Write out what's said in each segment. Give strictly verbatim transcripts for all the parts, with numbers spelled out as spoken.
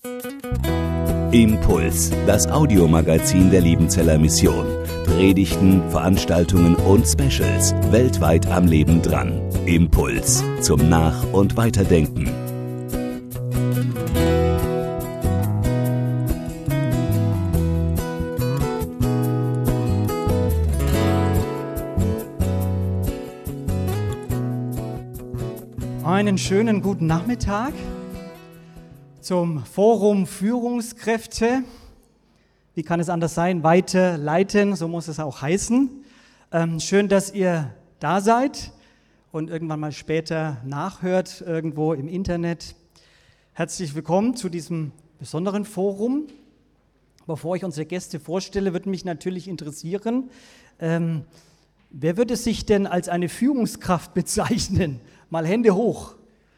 Impuls, das Audiomagazin der Liebenzeller Mission. Predigten, Veranstaltungen und Specials weltweit am Leben dran. Impuls zum Nach- und Weiterdenken. Einen schönen guten Nachmittag zum Forum Führungskräfte. Wie kann es anders sein? Weiterleiten, so muss es auch heißen. Ähm, schön, dass ihr da seid und irgendwann mal später nachhört, irgendwo im Internet. Herzlich willkommen zu diesem besonderen Forum. Bevor ich unsere Gäste vorstelle, würde mich natürlich interessieren, ähm, wer würde sich denn als eine Führungskraft bezeichnen? Mal Hände hoch.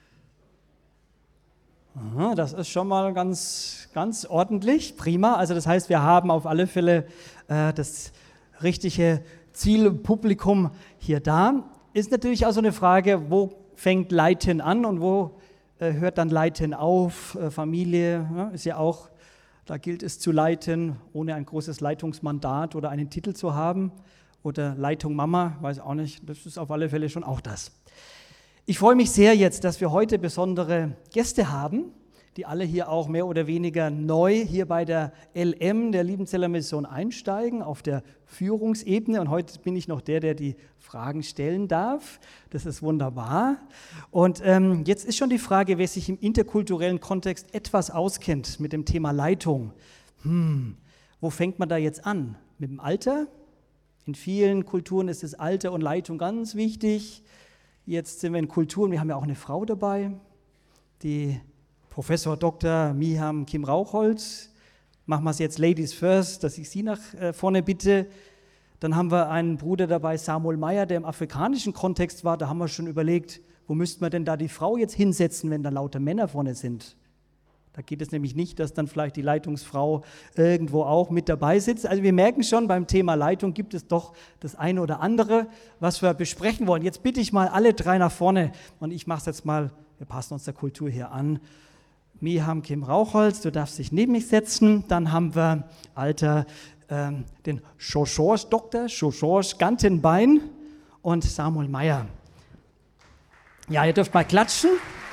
Aha, das ist schon mal ganz, ganz ordentlich, prima. Also das heißt, wir haben auf alle Fälle äh, das richtige Zielpublikum hier da. Ist natürlich auch so eine Frage, wo fängt Leiten an und wo äh, hört dann Leiten auf? Äh, Familie ja, ist ja auch, da gilt es zu leiten, ohne ein großes Leitungsmandat oder einen Titel zu haben. Oder Leitung Mama, weiß auch nicht, das ist auf alle Fälle schon auch das. Ich freue mich sehr jetzt, dass wir heute besondere Gäste haben, die alle hier auch mehr oder weniger neu hier bei der L M, der Liebenzeller Mission, einsteigen, auf der Führungsebene. Und heute bin ich noch der, der die Fragen stellen darf. Das ist wunderbar. Und ähm, jetzt ist schon die Frage, wer sich im interkulturellen Kontext etwas auskennt mit dem Thema Leitung. Hm, wo fängt man da jetzt an? Mit dem Alter? In vielen Kulturen ist das Alter und Leitung ganz wichtig. Jetzt sind wir in Kulturen, wir haben ja auch eine Frau dabei, die Professor Doktor Miham Kim Rauchholz. Machen wir es jetzt Ladies first, dass ich Sie nach vorne bitte. Dann haben wir einen Bruder dabei, Samuel Meyer, der im afrikanischen Kontext war. Da haben wir schon überlegt, wo müssten wir denn da die Frau jetzt hinsetzen, wenn da lauter Männer vorne sind. Da geht es nämlich nicht, dass dann vielleicht die Leitungsfrau irgendwo auch mit dabei sitzt. Also wir merken schon, beim Thema Leitung gibt es doch das eine oder andere, was wir besprechen wollen. Jetzt bitte ich mal alle drei nach vorne und ich mache es jetzt mal, wir passen uns der Kultur hier an. Miham Kim Rauchholz, du darfst dich neben mich setzen. Dann haben wir Alter ähm, den Schoschorsch Doktor, Schoschorsch Gantenbein und Samuel Meyer. Ja, ihr dürft mal klatschen.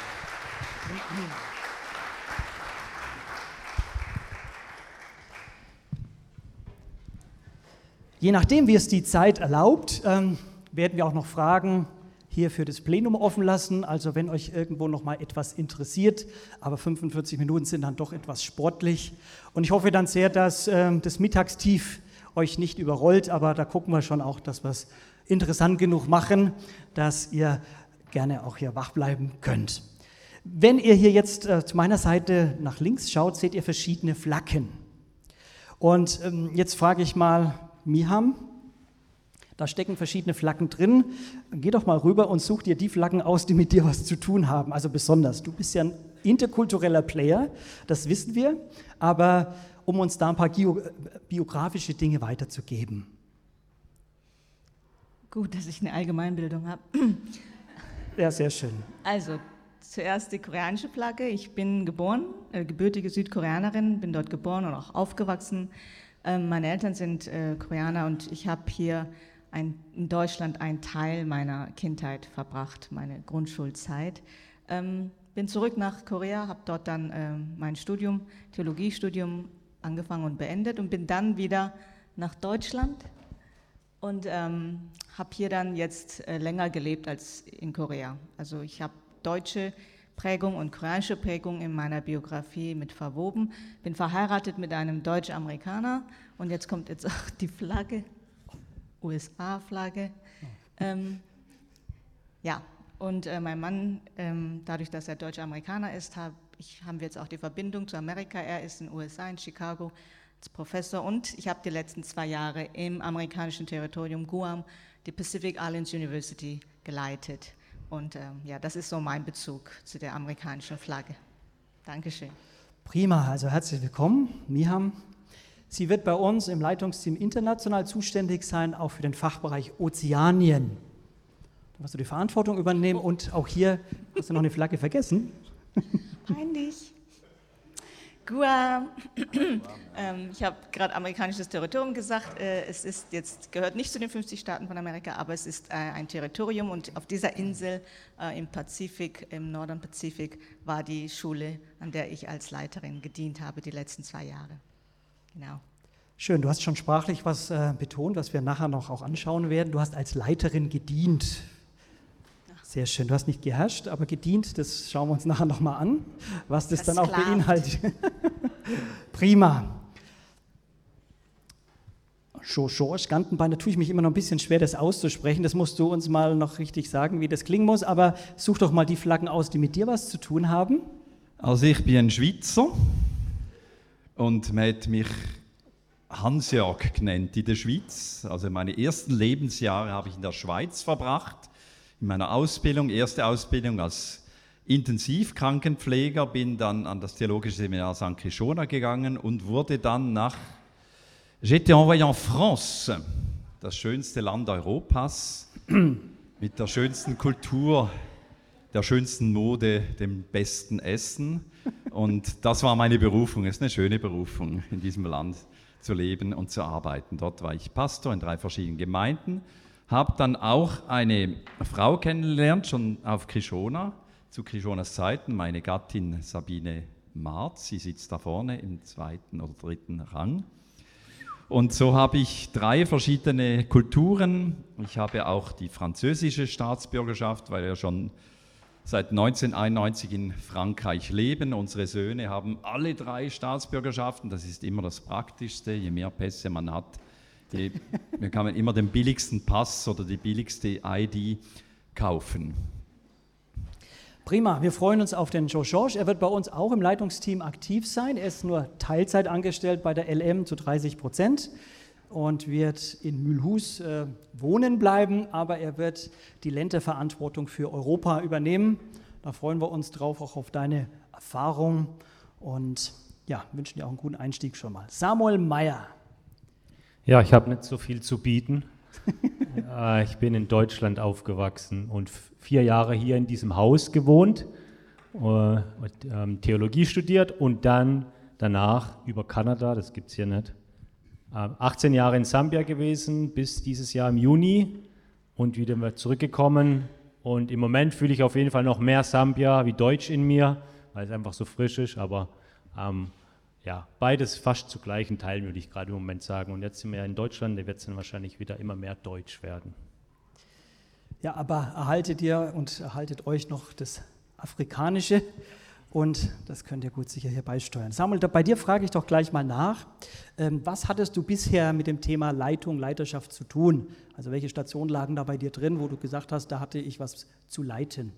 Je nachdem, wie es die Zeit erlaubt, ähm, werden wir auch noch Fragen hier für das Plenum offen lassen. Also wenn euch irgendwo noch mal etwas interessiert, aber fünfundvierzig Minuten sind dann doch etwas sportlich. Und ich hoffe dann sehr, dass ähm, das Mittagstief euch nicht überrollt, aber da gucken wir schon auch, dass wir es interessant genug machen, dass ihr gerne auch hier wach bleiben könnt. Wenn ihr hier jetzt äh, zu meiner Seite nach links schaut, seht ihr verschiedene Flaggen. Und ähm, jetzt frage ich mal, Miham, da stecken verschiedene Flaggen drin. Geh doch mal rüber und such dir die Flaggen aus, die mit dir was zu tun haben. Also besonders, du bist ja ein interkultureller Player, das wissen wir, aber um uns da ein paar biografische Dinge weiterzugeben. Gut, dass ich eine Allgemeinbildung habe. Ja, sehr schön. Also, zuerst die koreanische Flagge. Ich bin geboren, äh, gebürtige Südkoreanerin, bin dort geboren und auch aufgewachsen. Meine Eltern sind äh, Koreaner und ich habe hier ein, in Deutschland einen Teil meiner Kindheit verbracht, meine Grundschulzeit. Ähm, bin zurück nach Korea, habe dort dann äh, mein Studium, Theologiestudium angefangen und beendet und bin dann wieder nach Deutschland und ähm, habe hier dann jetzt äh, länger gelebt als in Korea. Also ich habe deutsche Prägung und koreanische Prägung in meiner Biografie mit verwoben. Bin verheiratet mit einem Deutsch-Amerikaner und jetzt kommt jetzt auch die Flagge, U S A-Flagge. Ähm, ja, und äh, mein Mann, ähm, dadurch, dass er Deutsch-Amerikaner ist, hab ich, haben wir jetzt auch die Verbindung zu Amerika. Er ist in den U S A, in Chicago, als Professor und ich habe die letzten zwei Jahre im amerikanischen Territorium Guam die Pacific Islands University geleitet. Und ähm, ja, das ist so mein Bezug zu der amerikanischen Flagge. Dankeschön. Prima, also herzlich willkommen, Miham. Sie wird bei uns im Leitungsteam international zuständig sein, auch für den Fachbereich Ozeanien. Da wirst du die Verantwortung übernehmen und auch hier hast du noch eine Flagge vergessen. Peinlich. Guam. ähm, ich habe gerade amerikanisches Territorium gesagt. Äh, es ist jetzt, gehört nicht zu den fünfzig Staaten von Amerika, aber es ist äh, ein Territorium und auf dieser Insel äh, im Pazifik, im Nordern Pazifik, war die Schule, an der ich als Leiterin gedient habe die letzten zwei Jahre. Genau. Schön, du hast schon sprachlich was äh, betont, was wir nachher noch auch anschauen werden. Du hast als Leiterin gedient. Sehr schön, du hast nicht geherrscht, aber gedient, das schauen wir uns nachher nochmal an, was das, das dann auch beinhaltet. Prima. Georges Gantenbein, da tue ich mich immer noch ein bisschen schwer, das auszusprechen. Das musst du uns mal noch richtig sagen, wie das klingen muss. Aber such doch mal die Flaggen aus, die mit dir was zu tun haben. Also ich bin ein Schweizer und man hat mich Hans-Jörg genannt in der Schweiz. Also meine ersten Lebensjahre habe ich in der Schweiz verbracht. In meiner Ausbildung, erste Ausbildung als Intensivkrankenpfleger, bin dann an das Theologische Seminar Sankt Krishona gegangen und wurde dann nach J'étais envoyé en France, das schönste Land Europas, mit der schönsten Kultur, der schönsten Mode, dem besten Essen. Und das war meine Berufung. Es ist eine schöne Berufung, in diesem Land zu leben und zu arbeiten. Dort war ich Pastor in drei verschiedenen Gemeinden. Habe dann auch eine Frau kennengelernt, schon auf Krishona, zu Krishonas Zeiten, meine Gattin Sabine Marz, sie sitzt da vorne im zweiten oder dritten Rang. Und so habe ich drei verschiedene Kulturen. Ich habe auch die französische Staatsbürgerschaft, weil wir schon seit neunzehnhunderteinundneunzig in Frankreich leben. Unsere Söhne haben alle drei Staatsbürgerschaften, das ist immer das Praktischste, je mehr Pässe man hat. Die, wir kann man immer den billigsten Pass oder die billigste I D kaufen. Prima, wir freuen uns auf den Georges. Er wird bei uns auch im Leitungsteam aktiv sein. Er ist nur Teilzeit angestellt bei der L M zu dreißig Prozent und wird in Mülhus äh, wohnen bleiben, aber er wird die Länderverantwortung für Europa übernehmen. Da freuen wir uns drauf, auch auf deine Erfahrung und ja, wünschen dir auch einen guten Einstieg schon mal. Samuel Meyer. Ja, ich habe nicht so viel zu bieten. Ich bin in Deutschland aufgewachsen und vier Jahre hier in diesem Haus gewohnt, und Theologie studiert und dann danach über Kanada, das gibt es hier nicht, achtzehn Jahre in Sambia gewesen, bis dieses Jahr im Juni und wieder zurückgekommen. Und im Moment fühle ich auf jeden Fall noch mehr Sambia wie Deutsch in mir, weil es einfach so frisch ist, aber ähm, ja, beides fast zu gleichen Teilen, würde ich gerade im Moment sagen. Und jetzt sind wir ja in Deutschland, da wird es dann wahrscheinlich wieder immer mehr Deutsch werden. Ja, aber erhaltet ihr und erhaltet euch noch das Afrikanische und das könnt ihr gut sicher hier beisteuern. Samuel, bei dir frage ich doch gleich mal nach. Was hattest du bisher mit dem Thema Leitung, Leiterschaft zu tun? Also welche Stationen lagen da bei dir drin, wo du gesagt hast, da hatte ich was zu leiten?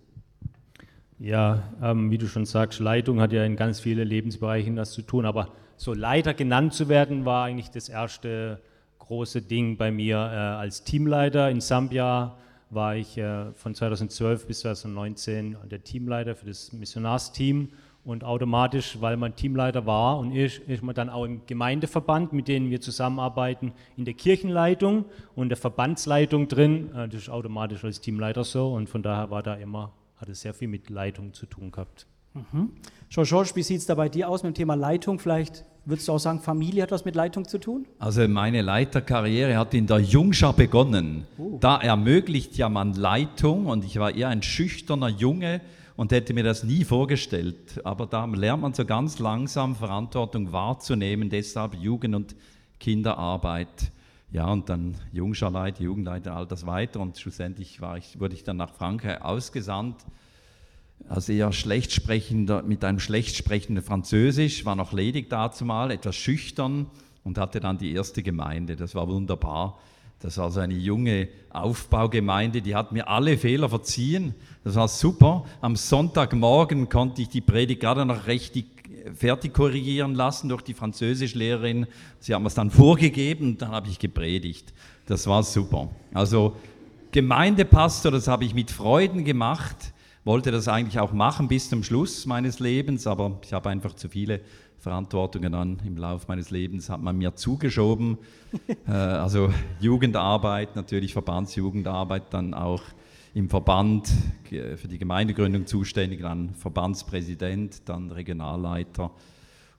Ja, ähm, wie du schon sagst, Leitung hat ja in ganz vielen Lebensbereichen das zu tun, aber so Leiter genannt zu werden, war eigentlich das erste große Ding bei mir. Äh, als Teamleiter in Sambia war ich äh, von zweitausendzwölf bis zweitausendneunzehn der Teamleiter für das Missionarsteam und automatisch, weil man Teamleiter war und ich, ist man dann auch im Gemeindeverband, mit denen wir zusammenarbeiten, in der Kirchenleitung und der Verbandsleitung drin, äh, das ist automatisch als Teamleiter so und von daher war da immer hat es sehr viel mit Leitung zu tun gehabt. Mhm. Georges, wie sieht es da bei dir aus mit dem Thema Leitung? Vielleicht würdest du auch sagen, Familie hat was mit Leitung zu tun? Also meine Leiterkarriere hat in der Jungschar begonnen. Uh. Da ermöglicht ja man Leitung und ich war eher ein schüchterner Junge und hätte mir das nie vorgestellt. Aber da lernt man so ganz langsam Verantwortung wahrzunehmen, deshalb Jugend- und Kinderarbeit. Ja, und dann Jungscharleiter, Jugendleiter, all das weiter. Und schlussendlich war ich, wurde ich dann nach Frankreich ausgesandt, als eher schlecht sprechender, mit einem schlecht sprechenden Französisch, war noch ledig dazumal, etwas schüchtern und hatte dann die erste Gemeinde. Das war wunderbar. Das war so eine junge Aufbaugemeinde, die hat mir alle Fehler verziehen. Das war super. Am Sonntagmorgen konnte ich die Predigt gerade noch richtig fertig korrigieren lassen durch die Französischlehrerin. Sie haben es dann vorgegeben und dann habe ich gepredigt. Das war super. Also Gemeindepastor, das habe ich mit Freuden gemacht, wollte das eigentlich auch machen bis zum Schluss meines Lebens, aber ich habe einfach zu viele Verantwortungen dann im Laufe meines Lebens hat man mir zugeschoben. äh, also Jugendarbeit, natürlich Verbandsjugendarbeit, dann auch im Verband für die Gemeindegründung zuständig, dann Verbandspräsident, dann Regionalleiter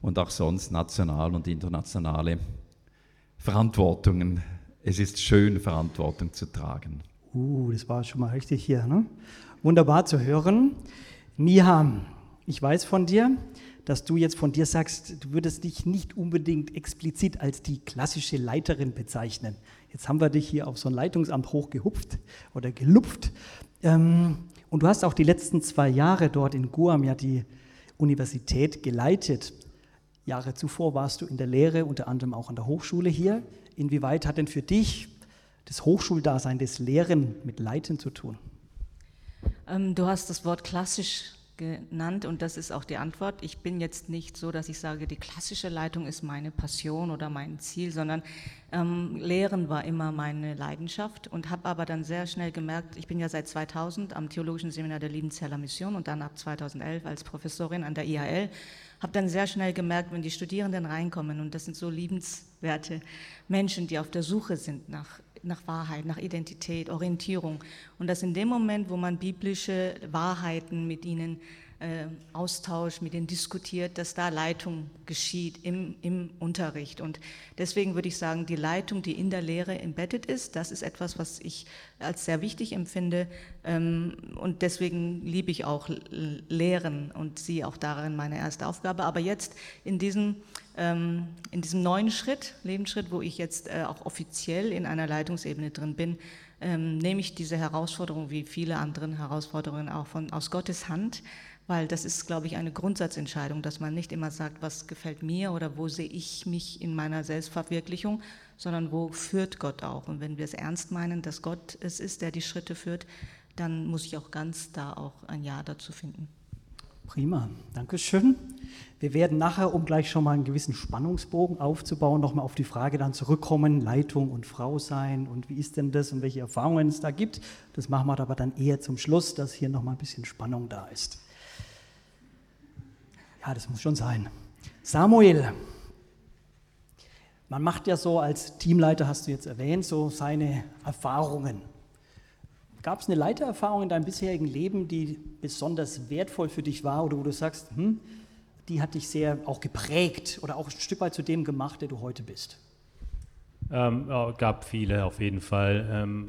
und auch sonst national und internationale Verantwortungen. Es ist schön, Verantwortung zu tragen. Uh, das war schon mal richtig hier, ne? Wunderbar zu hören. Miha, ich weiß von dir, dass du jetzt von dir sagst, du würdest dich nicht unbedingt explizit als die klassische Leiterin bezeichnen. Jetzt haben wir dich hier auf so ein Leitungsamt hochgehupft oder gelupft. Ähm, und du hast auch die letzten zwei Jahre dort in Guam ja die Universität geleitet. Jahre zuvor warst du in der Lehre, unter anderem auch an der Hochschule hier. Inwieweit hat denn für dich das Hochschuldasein, das Lehren mit Leiten zu tun? Ähm, du hast das Wort klassisch genannt und das ist auch die Antwort. Ich bin jetzt nicht so, dass ich sage, die klassische Leitung ist meine Passion oder mein Ziel, sondern ähm, Lehren war immer meine Leidenschaft und habe aber dann sehr schnell gemerkt, ich bin ja seit zweitausend am Theologischen Seminar der Liebenzeller Mission und dann ab zweitausendelf als Professorin an der I H L, habe dann sehr schnell gemerkt, wenn die Studierenden reinkommen und das sind so liebenswerte Menschen, die auf der Suche sind nach nach Wahrheit, nach Identität, Orientierung. Und dass in dem Moment, wo man biblische Wahrheiten mit ihnen äh, austauscht, mit ihnen diskutiert, dass da Leitung geschieht im, im Unterricht. Und deswegen würde ich sagen, die Leitung, die in der Lehre embedded ist, das ist etwas, was ich als sehr wichtig empfinde. Ähm, und deswegen liebe ich auch Lehren und sehe auch darin meine erste Aufgabe. Aber jetzt in diesem in diesem neuen Schritt, Lebensschritt, wo ich jetzt äh, auch offiziell in einer Leitungsebene drin bin, ähm, nehme ich diese Herausforderung wie viele andere Herausforderungen auch von, aus Gottes Hand, weil das ist, glaube ich, eine Grundsatzentscheidung, dass man nicht immer sagt, was gefällt mir oder wo sehe ich mich in meiner Selbstverwirklichung, sondern wo führt Gott auch. Und wenn wir es ernst meinen, dass Gott es ist, der die Schritte führt, dann muss ich auch ganz da auch ein Ja dazu finden. Prima, danke schön. Wir werden nachher, um gleich schon mal einen gewissen Spannungsbogen aufzubauen, nochmal auf die Frage dann zurückkommen, Leitung und Frau sein und wie ist denn das und welche Erfahrungen es da gibt. Das machen wir aber dann eher zum Schluss, dass hier nochmal ein bisschen Spannung da ist. Ja, das muss schon sein. Samuel, man macht ja so als Teamleiter, hast du jetzt erwähnt, so seine Erfahrungen. Gab es eine Leitererfahrung in deinem bisherigen Leben, die besonders wertvoll für dich war oder wo du sagst, hm, die hat dich sehr auch geprägt oder auch ein Stück weit zu dem gemacht, der du heute bist? Ähm, ja, gab viele auf jeden Fall. Ähm,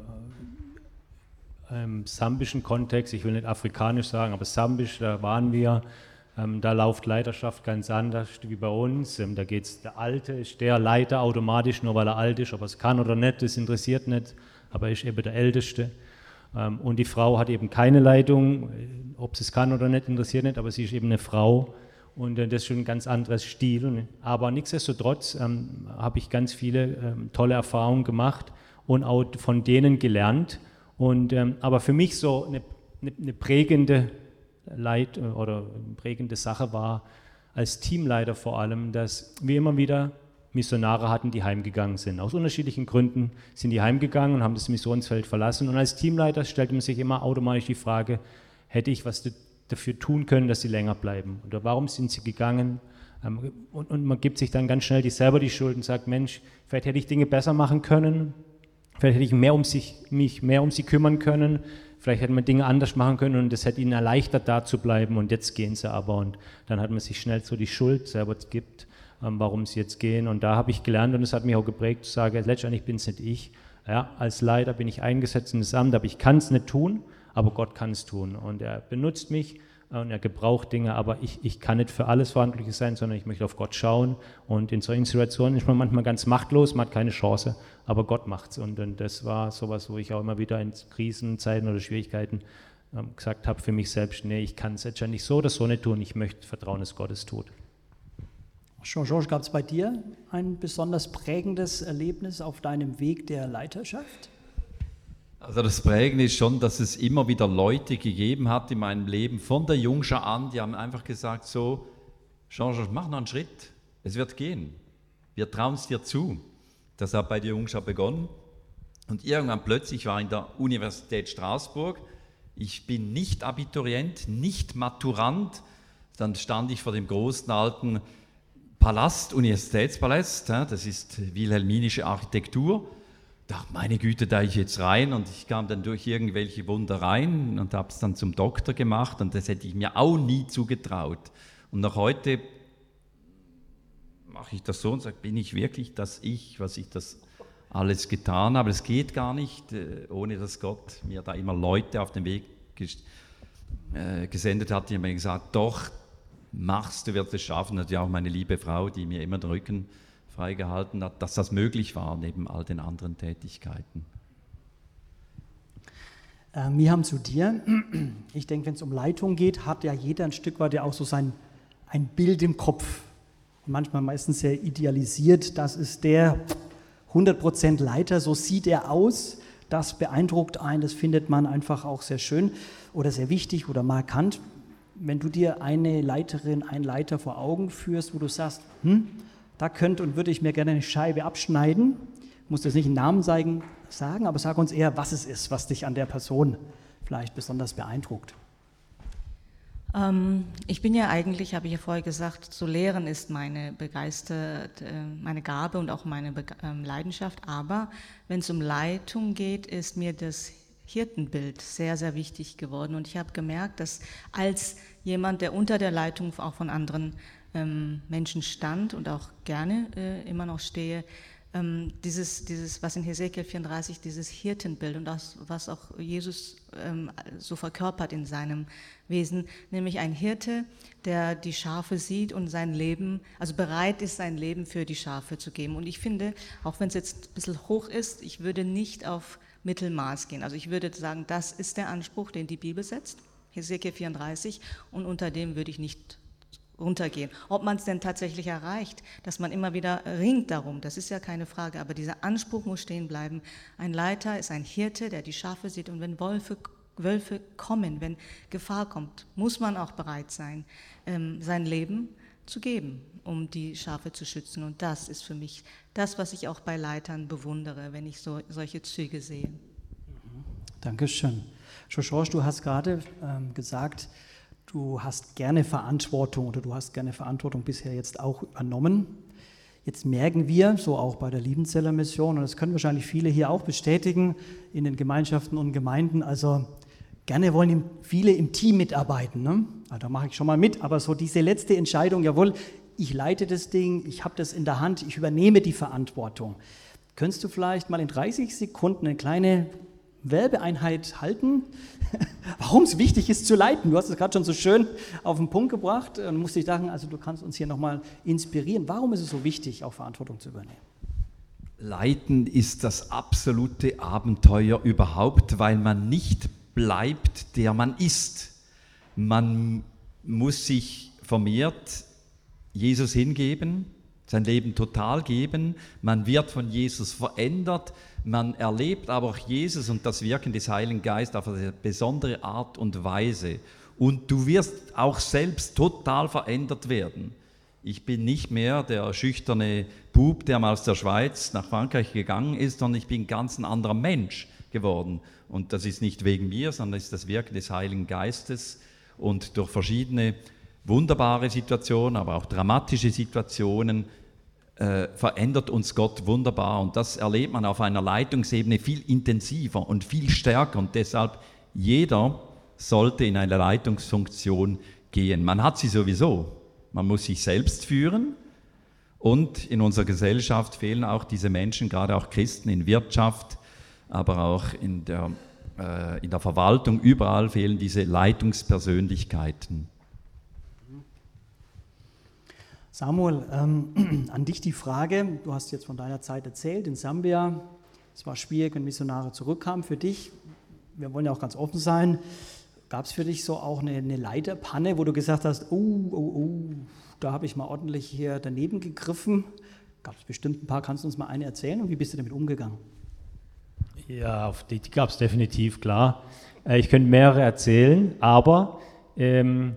Im sambischen Kontext, ich will nicht afrikanisch sagen, aber sambisch, da waren wir, ähm, da läuft Leiterschaft ganz anders wie bei uns. Ähm, da geht es, der Alte ist der Leiter automatisch, nur weil er alt ist, ob er es kann oder nicht, das interessiert nicht, aber er ist eben der Älteste. Und die Frau hat eben keine Leitung, ob sie es kann oder nicht, interessiert nicht, aber sie ist eben eine Frau und das ist schon ein ganz anderes Stil. Aber nichtsdestotrotz ähm, habe ich ganz viele ähm, tolle Erfahrungen gemacht und auch von denen gelernt. Und, ähm, aber für mich so eine, eine, eine prägende Leit oder eine prägende Sache war als Teamleiter vor allem, dass wir immer wieder Missionare hatten, die heimgegangen sind. Aus unterschiedlichen Gründen sind die heimgegangen und haben das Missionsfeld verlassen. Und als Teamleiter stellte man sich immer automatisch die Frage, hätte ich was dafür tun können, dass sie länger bleiben? Oder warum sind sie gegangen? Und, und man gibt sich dann ganz schnell die, selber die Schuld und sagt, Mensch, vielleicht hätte ich Dinge besser machen können, vielleicht hätte ich mehr um sich, mich mehr um sie kümmern können, vielleicht hätte man Dinge anders machen können und das hätte ihnen erleichtert, da zu bleiben und jetzt gehen sie aber. Und dann hat man sich schnell so die Schuld selber gibt, warum sie jetzt gehen. Und da habe ich gelernt und es hat mich auch geprägt, zu sagen, letztendlich bin es nicht ich. Ja, als Leiter bin ich eingesetzt in das Amt, aber ich kann es nicht tun, aber Gott kann es tun. Und er benutzt mich und er gebraucht Dinge, aber ich, ich kann nicht für alles verantwortlich sein, sondern ich möchte auf Gott schauen. Und in solchen Situationen ist man manchmal ganz machtlos, man hat keine Chance, aber Gott macht es. Und, und das war sowas, wo ich auch immer wieder in Krisenzeiten oder Schwierigkeiten ähm, gesagt habe für mich selbst, nee, ich kann es letztendlich so oder so nicht tun, ich möchte vertrauen, dass Gott es tut. Jean-Georges, gab es bei dir ein besonders prägendes Erlebnis auf deinem Weg der Leiterschaft? Also das Prägende ist schon, dass es immer wieder Leute gegeben hat in meinem Leben, von der Jungschar an, die haben einfach gesagt so, Jean-Georges, mach noch einen Schritt, es wird gehen, wir trauen es dir zu. Das hat bei der Jungschar begonnen und irgendwann plötzlich war ich in der Universität Straßburg, ich bin nicht Abiturient, nicht Maturant, dann stand ich vor dem großen alten Palast, Universitätspalast, das ist wilhelminische Architektur. Da dachte, meine Güte, da ich jetzt rein und ich kam dann durch irgendwelche Wunder rein und habe es dann zum Doktor gemacht und das hätte ich mir auch nie zugetraut. Und noch heute mache ich das so und sage, bin ich wirklich das Ich, was ich das alles getan habe? Es geht gar nicht, äh, ohne dass Gott mir da immer Leute auf den Weg ges- äh, gesendet hat, die mir gesagt, doch, machst, du wirst es schaffen. Und ja auch meine liebe Frau, die mir immer den Rücken freigehalten hat, dass das möglich war, neben all den anderen Tätigkeiten. Äh, wir haben zu dir, ich denke, wenn es um Leitung geht, hat ja jeder ein Stück weit ja auch so sein ein Bild im Kopf. Und manchmal meistens sehr idealisiert, das ist der hundert Prozent Leiter, so sieht er aus, das beeindruckt einen, das findet man einfach auch sehr schön oder sehr wichtig oder markant. Wenn du dir eine Leiterin, einen Leiter vor Augen führst, wo du sagst, hm, da könnte und würde ich mir gerne eine Scheibe abschneiden, musst du jetzt nicht einen Namen sagen, sagen, aber sag uns eher, was es ist, was dich an der Person vielleicht besonders beeindruckt. Ähm, ich bin ja eigentlich, habe ich ja vorher gesagt, zu lehren ist meine begeistert, äh, meine Gabe und auch meine Be- ähm, Leidenschaft, aber wenn es um Leitung geht, ist mir das Hirtenbild sehr, sehr wichtig geworden und ich habe gemerkt, dass als jemand, der unter der Leitung auch von anderen ähm, Menschen stand und auch gerne äh, immer noch stehe, ähm, dieses, dieses, was in Hesekiel vierunddreißig, dieses Hirtenbild und das, was auch Jesus ähm, so verkörpert in seinem Wesen, nämlich ein Hirte, der die Schafe sieht und sein Leben, also bereit ist, sein Leben für die Schafe zu geben. Und ich finde, auch wenn es jetzt ein bisschen hoch ist, ich würde nicht auf Mittelmaß gehen. Also ich würde sagen, das ist der Anspruch, den die Bibel setzt, Hesekiel vierunddreißig, und unter dem würde ich nicht runtergehen. Ob man es denn tatsächlich erreicht, dass man immer wieder ringt darum, das ist ja keine Frage, aber dieser Anspruch muss stehen bleiben. Ein Leiter ist ein Hirte, der die Schafe sieht und wenn Wölfe, Wölfe kommen, wenn Gefahr kommt, muss man auch bereit sein, ähm, sein Leben zu geben, um die Schafe zu schützen. Und das ist für mich das, was ich auch bei Leitern bewundere, wenn ich so, solche Züge sehe. Dankeschön. George, du hast gerade ähm, gesagt, du hast gerne Verantwortung oder du hast gerne Verantwortung bisher jetzt auch übernommen. Jetzt merken wir, so auch bei der Liebenzeller Mission, und das können wahrscheinlich viele hier auch bestätigen, in den Gemeinschaften und Gemeinden, also gerne wollen viele im Team mitarbeiten. Ne? Also da mache ich schon mal mit, aber so diese letzte Entscheidung, jawohl, ich leite das Ding, ich habe das in der Hand, ich übernehme die Verantwortung. Könntest du vielleicht mal in dreißig Sekunden eine kleine Werbeeinheit halten, warum es wichtig ist zu leiten? Du hast es gerade schon so schön auf den Punkt gebracht und musste ich sagen, also du kannst uns hier nochmal inspirieren. Warum ist es so wichtig, auch Verantwortung zu übernehmen? Leiten ist das absolute Abenteuer überhaupt, weil man nicht bleibt, der man ist. Man muss sich vermehrt Jesus hingeben, sein Leben total geben. Man wird von Jesus verändert. Man erlebt aber auch Jesus und das Wirken des Heiligen Geistes auf eine besondere Art und Weise. Und du wirst auch selbst total verändert werden. Ich bin nicht mehr der schüchterne Bub, der mal aus der Schweiz nach Frankreich gegangen ist, sondern ich bin ein ganz ein anderer Mensch geworden. Und das ist nicht wegen mir, sondern es ist das Wirken des Heiligen Geistes. Und durch verschiedene wunderbare Situationen, aber auch dramatische Situationen äh, verändert uns Gott wunderbar. Und das erlebt man auf einer Leitungsebene viel intensiver und viel stärker. Und deshalb, jeder sollte in eine Leitungsfunktion gehen. Man hat sie sowieso. Man muss sich selbst führen. Und in unserer Gesellschaft fehlen auch diese Menschen, gerade auch Christen in Wirtschaft, aber auch in der, äh, in der Verwaltung, überall fehlen diese Leitungspersönlichkeiten. Samuel, ähm, an dich die Frage, du hast jetzt von deiner Zeit erzählt in Sambia, es war schwierig, wenn Missionare zurückkamen für dich, wir wollen ja auch ganz offen sein, gab es für dich so auch eine, eine Leiterpanne, wo du gesagt hast, oh, oh, oh, da habe ich mal ordentlich hier daneben gegriffen, gab es bestimmt ein paar, kannst du uns mal eine erzählen und wie bist du damit umgegangen? Ja, auf die, die gab es definitiv, klar. Äh, ich könnte mehrere erzählen, aber ähm,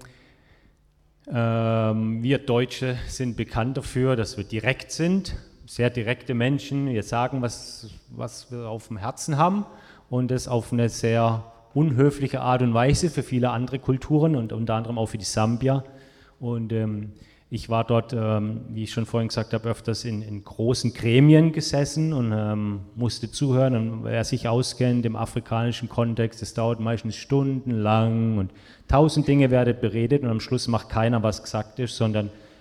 ähm, wir Deutsche sind bekannt dafür, dass wir direkt sind, sehr direkte Menschen. Wir sagen, was, was wir auf dem Herzen haben und das auf eine sehr unhöfliche Art und Weise für viele andere Kulturen und unter anderem auch für die Sambier. Und ähm, ich war dort, ähm, wie ich schon vorhin gesagt habe, öfters in, in großen Gremien gesessen und ähm, musste zuhören. Und wer sich auskennt im afrikanischen Kontext, das dauert meistens stundenlang und tausend Dinge werden beredet und am Schluss macht keiner, was gesagt ist, sondern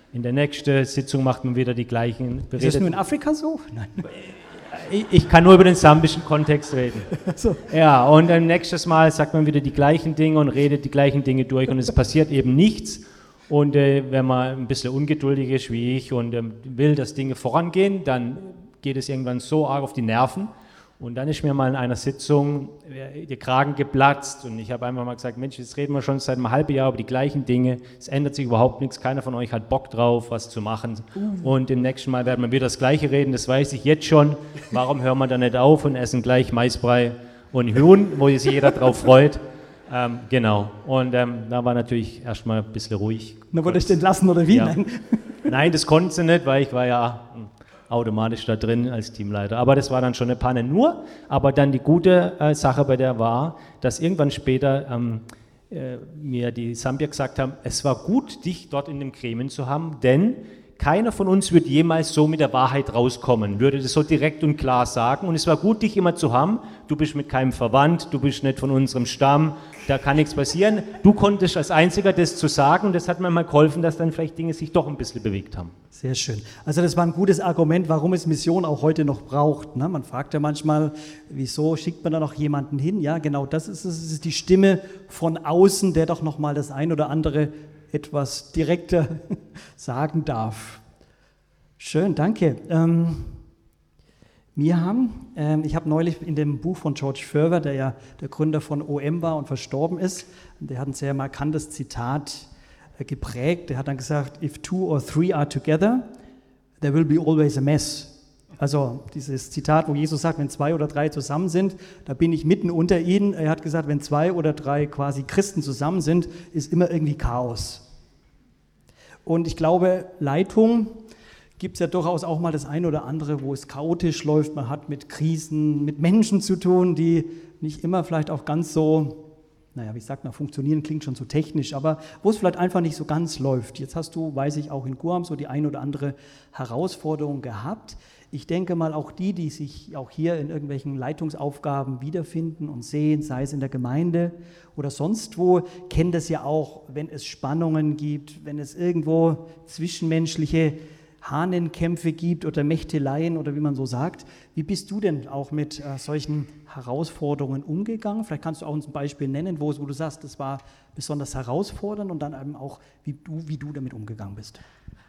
In der nächsten Sitzung macht man wieder die gleichen. Ist das nur in Afrika so? Nein. Ich, ich kann nur über den sambischen Kontext reden. So. Ja, und dann nächstes Mal sagt man wieder die gleichen Dinge und redet die gleichen Dinge durch und es passiert eben nichts. Und äh, wenn man ein bisschen ungeduldig ist wie ich und ähm, will, dass Dinge vorangehen, dann geht es irgendwann so arg auf die Nerven. Und dann ist mir mal in einer Sitzung der Kragen geplatzt und ich habe einfach mal gesagt, Mensch, jetzt reden wir schon seit einem halben Jahr über die gleichen Dinge, es ändert sich überhaupt nichts, keiner von euch hat Bock drauf, was zu machen. Uh. Und im nächsten Mal werden wir wieder das Gleiche reden, das weiß ich jetzt schon. Warum hören wir da nicht auf und essen gleich Maisbrei und Huhn, wo sich jeder drauf freut? Ähm, genau, und ähm, da war natürlich erstmal ein bisschen ruhig. Na, wurde ich den lassen oder wie? Ja. Nein. Nein, das konnten sie nicht, weil ich war ja automatisch da drin als Teamleiter. Aber das war dann schon eine Panne. Nur, aber dann die gute äh, Sache bei der war, dass irgendwann später ähm, äh, mir die Sambier gesagt haben, es war gut, dich dort in dem Gremium zu haben, denn keiner von uns wird jemals so mit der Wahrheit rauskommen, würde das so direkt und klar sagen. Und es war gut, dich immer zu haben. Du bist mit keinem verwandt, du bist nicht von unserem Stamm, da kann nichts passieren. Du konntest als Einziger das zu sagen und das hat mir mal geholfen, dass dann vielleicht Dinge sich doch ein bisschen bewegt haben. Sehr schön. Also das war ein gutes Argument, warum es Mission auch heute noch braucht. Ne? Man fragt ja manchmal, wieso schickt man da noch jemanden hin? Ja, genau das ist es. Es ist die Stimme von außen, der doch noch mal das ein oder andere etwas direkter sagen darf. Schön, danke. Ähm, wir haben, ähm, ich habe neulich in dem Buch von George Verwer, der ja der Gründer von O M war und verstorben ist, der hat ein sehr markantes Zitat äh, geprägt. Der hat dann gesagt, if two or three are together, there will be always a mess. Also dieses Zitat, wo Jesus sagt, wenn zwei oder drei zusammen sind, da bin ich mitten unter ihnen. Er hat gesagt, wenn zwei oder drei quasi Christen zusammen sind, ist immer irgendwie Chaos. Und ich glaube, Leitung gibt es ja durchaus auch mal das eine oder andere, wo es chaotisch läuft. Man hat mit Krisen, mit Menschen zu tun, die nicht immer vielleicht auch ganz so, naja, wie sagt man, funktionieren klingt schon so technisch, aber wo es vielleicht einfach nicht so ganz läuft. Jetzt hast du, weiß ich, auch in Guam so die eine oder andere Herausforderung gehabt. Ich denke mal, auch die, die sich auch hier in irgendwelchen Leitungsaufgaben wiederfinden und sehen, sei es in der Gemeinde oder sonst wo, kennen das ja auch, wenn es Spannungen gibt, wenn es irgendwo zwischenmenschliche Hahnenkämpfe gibt oder Mächteleien oder wie man so sagt. Wie bist du denn auch mit äh, solchen Herausforderungen umgegangen? Vielleicht kannst du auch uns ein Beispiel nennen, wo, wo du sagst, das war besonders herausfordernd und dann eben auch, wie du, wie du damit umgegangen bist.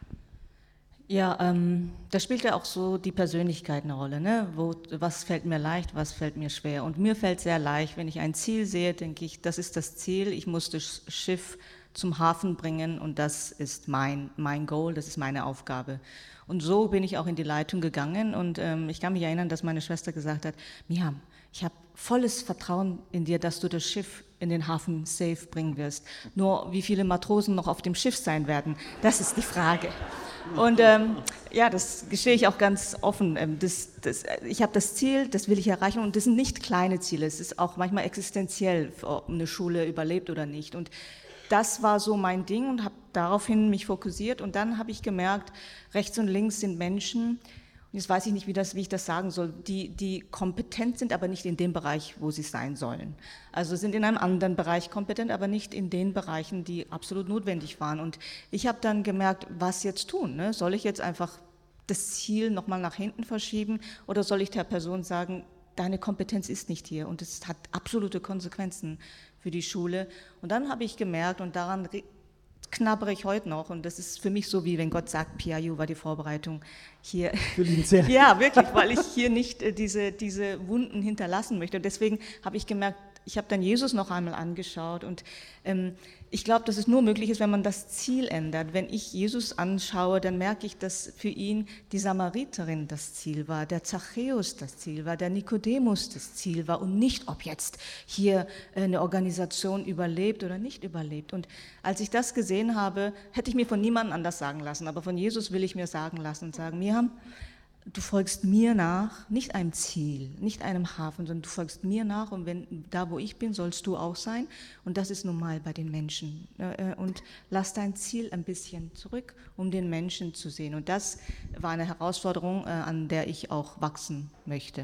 Ja, ähm, da spielt ja auch so die Persönlichkeit eine Rolle, ne? Wo, was fällt mir leicht, was fällt mir schwer? Und mir fällt sehr leicht, wenn ich ein Ziel sehe, denke ich, das ist das Ziel, ich muss das Schiff zum Hafen bringen und das ist mein, mein Goal, das ist meine Aufgabe. Und so bin ich auch in die Leitung gegangen und ähm, ich kann mich erinnern, dass meine Schwester gesagt hat, Miriam, ich habe volles Vertrauen in dir, dass du das Schiff in den Hafen safe bringen wirst. Nur wie viele Matrosen noch auf dem Schiff sein werden, das ist die Frage. Und ähm, ja, das gestehe ich auch ganz offen. Das, das, ich habe das Ziel, das will ich erreichen und das sind nicht kleine Ziele, es ist auch manchmal existenziell, ob eine Schule überlebt oder nicht. Und das war so mein Ding und habe daraufhin mich fokussiert und dann habe ich gemerkt, rechts und links sind Menschen, und jetzt weiß ich nicht, wie, das, wie ich das sagen soll, die, die kompetent sind, aber nicht in dem Bereich, wo sie sein sollen. Also sind in einem anderen Bereich kompetent, aber nicht in den Bereichen, die absolut notwendig waren. Und ich habe dann gemerkt, was jetzt tun? Ne? Soll ich jetzt einfach das Ziel nochmal nach hinten verschieben oder soll ich der Person sagen, deine Kompetenz ist nicht hier und es hat absolute Konsequenzen für die Schule. Und dann habe ich gemerkt und daran knabbere ich heute noch und das ist für mich so, wie wenn Gott sagt, Piayu war die Vorbereitung hier. Sehr. Ja, wirklich, weil ich hier nicht äh, diese, diese Wunden hinterlassen möchte. Und deswegen habe ich gemerkt, ich habe dann Jesus noch einmal angeschaut und ähm, ich glaube, dass es nur möglich ist, wenn man das Ziel ändert. Wenn ich Jesus anschaue, dann merke ich, dass für ihn die Samariterin das Ziel war, der Zachäus das Ziel war, der Nikodemus das Ziel war und nicht, ob jetzt hier eine Organisation überlebt oder nicht überlebt. Und als ich das gesehen habe, hätte ich mir von niemandem anders sagen lassen, aber von Jesus will ich mir sagen lassen und sagen, Miriam, du folgst mir nach, nicht einem Ziel, nicht einem Hafen, sondern du folgst mir nach und wenn da, wo ich bin, sollst du auch sein. Und das ist normal bei den Menschen. Und lass dein Ziel ein bisschen zurück, um den Menschen zu sehen. Und das war eine Herausforderung, an der ich auch wachsen möchte.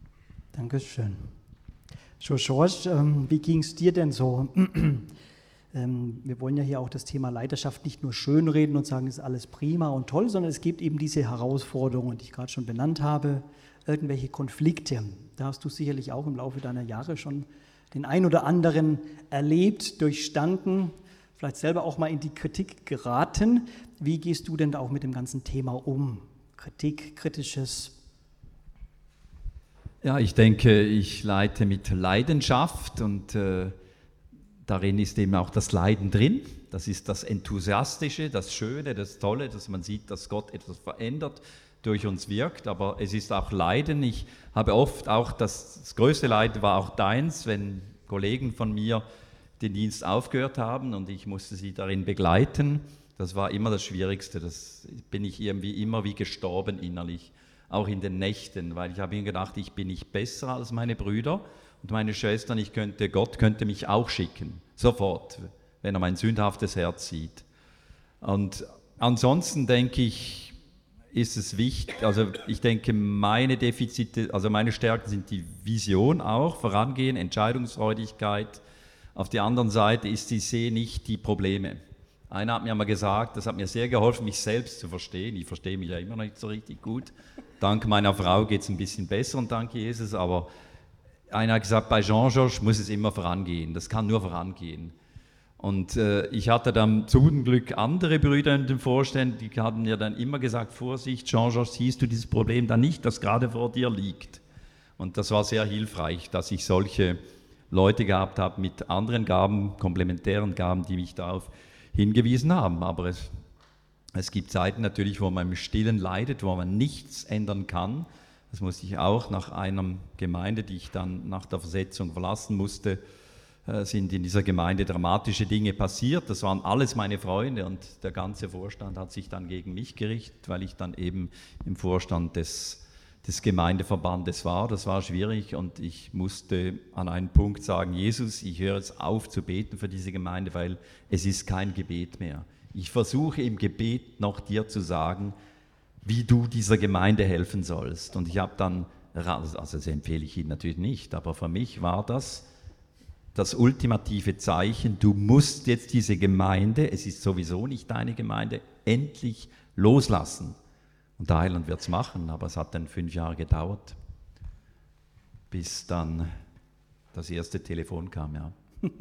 Dankeschön. So, George, wie ging es dir denn so? ähm, wir wollen ja hier auch das Thema Leiterschaft nicht nur schönreden und sagen, es ist alles prima und toll, sondern es gibt eben diese Herausforderungen, die ich gerade schon benannt habe, irgendwelche Konflikte. Da hast du sicherlich auch im Laufe deiner Jahre schon den ein oder anderen erlebt, durchstanden, vielleicht selber auch mal in die Kritik geraten. Wie gehst du denn da auch mit dem ganzen Thema um? Kritik, Kritisches? Ja, ich denke, ich leite mit Leidenschaft und äh, darin ist eben auch das Leiden drin. Das ist das Enthusiastische, das Schöne, das Tolle, dass man sieht, dass Gott etwas verändert, durch uns wirkt, aber es ist auch Leiden. Ich habe oft auch, das, das größte Leid war auch deins, wenn Kollegen von mir den Dienst aufgehört haben und ich musste sie darin begleiten. Das war immer das Schwierigste, das bin ich irgendwie immer wie gestorben innerlich, auch in den Nächten, weil ich habe mir gedacht, ich bin nicht besser als meine Brüder und meine Schwestern, ich könnte, Gott könnte mich auch schicken, sofort, wenn er mein sündhaftes Herz sieht. Und ansonsten denke ich, ist es wichtig, also ich denke, meine Defizite, also meine Stärken sind die Vision auch, Vorangehen, Entscheidungsfreudigkeit. Auf der anderen Seite ist, ich sehe nicht die Probleme. Einer hat mir mal gesagt, das hat mir sehr geholfen, mich selbst zu verstehen. Ich verstehe mich ja immer noch nicht so richtig gut. Dank meiner Frau geht es ein bisschen besser und dank Jesus, aber einer hat gesagt, bei Jean-Georges muss es immer vorangehen, das kann nur vorangehen. Und äh, ich hatte dann zum Glück andere Brüder in den Vorständen, die haben mir dann immer gesagt, Vorsicht, Jean-Georges, siehst du dieses Problem dann nicht, das gerade vor dir liegt. Und das war sehr hilfreich, dass ich solche Leute gehabt habe mit anderen Gaben, komplementären Gaben, die mich darauf hingewiesen haben. Aber es, es gibt Zeiten natürlich, wo man im Stillen leidet, wo man nichts ändern kann. Das musste ich auch nach einer Gemeinde, die ich dann nach der Versetzung verlassen musste, sind in dieser Gemeinde dramatische Dinge passiert. Das waren alles meine Freunde und der ganze Vorstand hat sich dann gegen mich gerichtet, weil ich dann eben im Vorstand des, des Gemeindeverbandes war. Das war schwierig und ich musste an einen Punkt sagen, Jesus, ich höre jetzt auf zu beten für diese Gemeinde, weil es ist kein Gebet mehr. Ich versuche im Gebet noch dir zu sagen, wie du dieser Gemeinde helfen sollst. Und ich habe dann, also das empfehle ich Ihnen natürlich nicht, aber für mich war das das ultimative Zeichen, du musst jetzt diese Gemeinde, es ist sowieso nicht deine Gemeinde, endlich loslassen. Und der Heiland wird es machen, aber es hat dann fünf Jahre gedauert, bis dann das erste Telefon kam. Ja.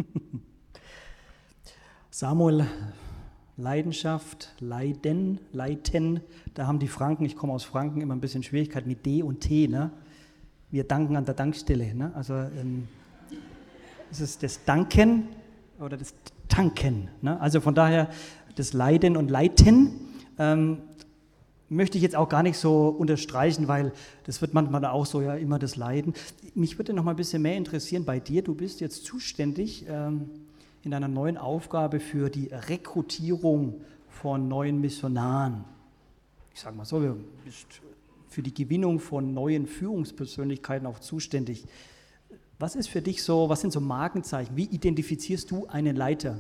Samuel, Leidenschaft, Leiden, Leiten, da haben die Franken, ich komme aus Franken, immer ein bisschen Schwierigkeit mit D und T. Ne? Wir danken an der Tankstelle. Ne? Also ähm, es ist das Danken oder das Tanken. Ne? Also von daher das Leiden und Leiten ähm, möchte ich jetzt auch gar nicht so unterstreichen, weil das wird manchmal auch so, ja, immer das Leiden. Mich würde noch mal ein bisschen mehr interessieren bei dir. Du bist jetzt zuständig ähm, in einer neuen Aufgabe für die Rekrutierung von neuen Missionaren. Ich sage mal so, du bist für die Gewinnung von neuen Führungspersönlichkeiten auch zuständig. Was ist für dich so, was sind so Markenzeichen? Wie identifizierst du einen Leiter?